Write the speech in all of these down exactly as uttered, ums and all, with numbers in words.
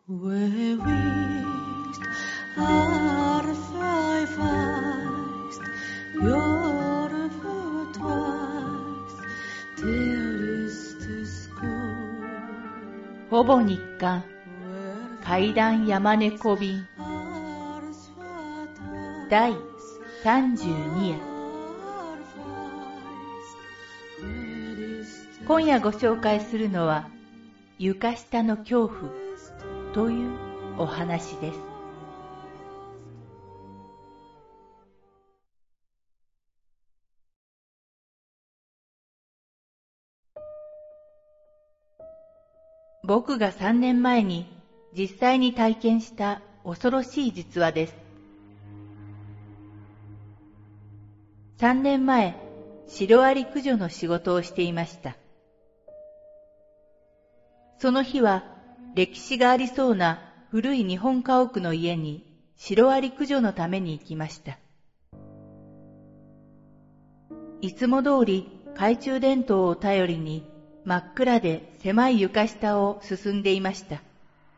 Where wished are five eyes, your foot twice, there is the school. ほぼ日刊怪談山猫便だいさんじゅうに夜。今夜ご紹介するのは床下の恐怖というお話です。僕がさんねんまえに実際に体験した恐ろしい実話です。さんねんまえ、シロアリ駆除の仕事をしていました。その日は歴史がありそうな古い日本家屋の家にシロアリ駆除のために行きました。いつも通り懐中電灯を頼りに真っ暗で狭い床下を進んでいました。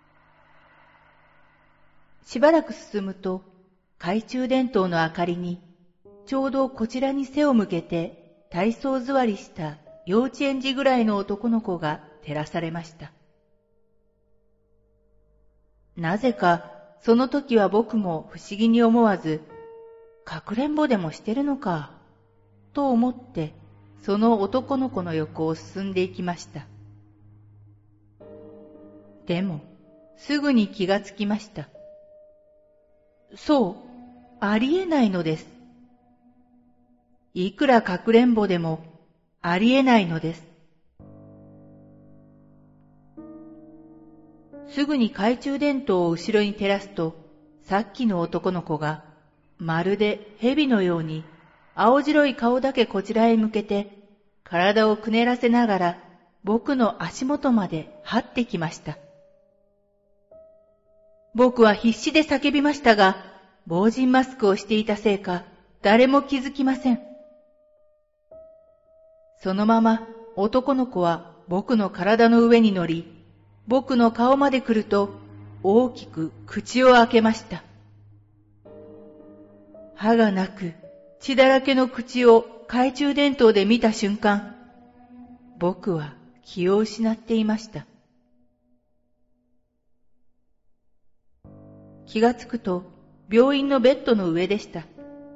しばらく進むと懐中電灯の明かりにちょうどこちらに背を向けて体操座りした幼稚園児ぐらいの男の子が照らされました。なぜかその時は僕も不思議に思わず、かくれんぼでもしてるのか、と思ってその男の子の横を進んでいきました。でもすぐに気がつきました。そう、ありえないのです。いくらかくれんぼでもありえないのです。すぐに懐中電灯を後ろに照らすと、さっきの男の子がまるで蛇のように青白い顔だけこちらへ向けて体をくねらせながら僕の足元まで這ってきました。僕は必死で叫びましたが、防塵マスクをしていたせいか誰も気づきません。そのまま男の子は僕の体の上に乗り、僕の顔まで来ると大きく口を開けました。歯がなく血だらけの口を懐中電灯で見た瞬間、僕は気を失っていました。気がつくと病院のベッドの上でした。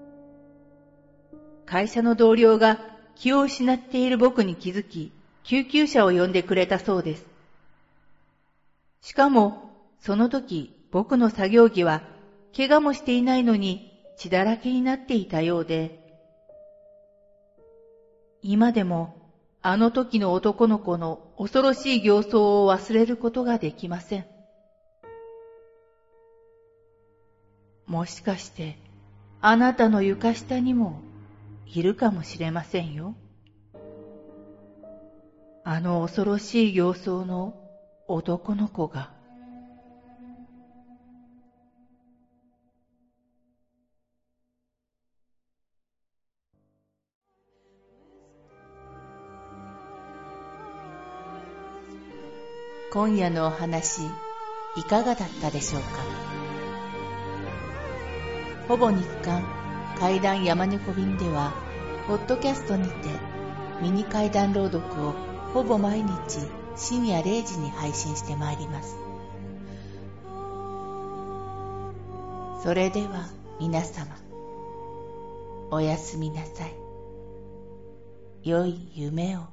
会社の同僚が気を失っている僕に気づき、救急車を呼んでくれたそうです。しかも、その時僕の作業着は怪我もしていないのに血だらけになっていたようで、今でもあの時の男の子の恐ろしい形相を忘れることができません。もしかしてあなたの床下にもいるかもしれませんよ。あの恐ろしい形相の男の子が。今夜のお話いかがだったでしょうか。ほぼ日刊怪談山猫便ではポッドキャストにてミニ怪談朗読をほぼ毎日深夜れいじに配信してまいります。それでは皆様、おやすみなさい。良い夢を。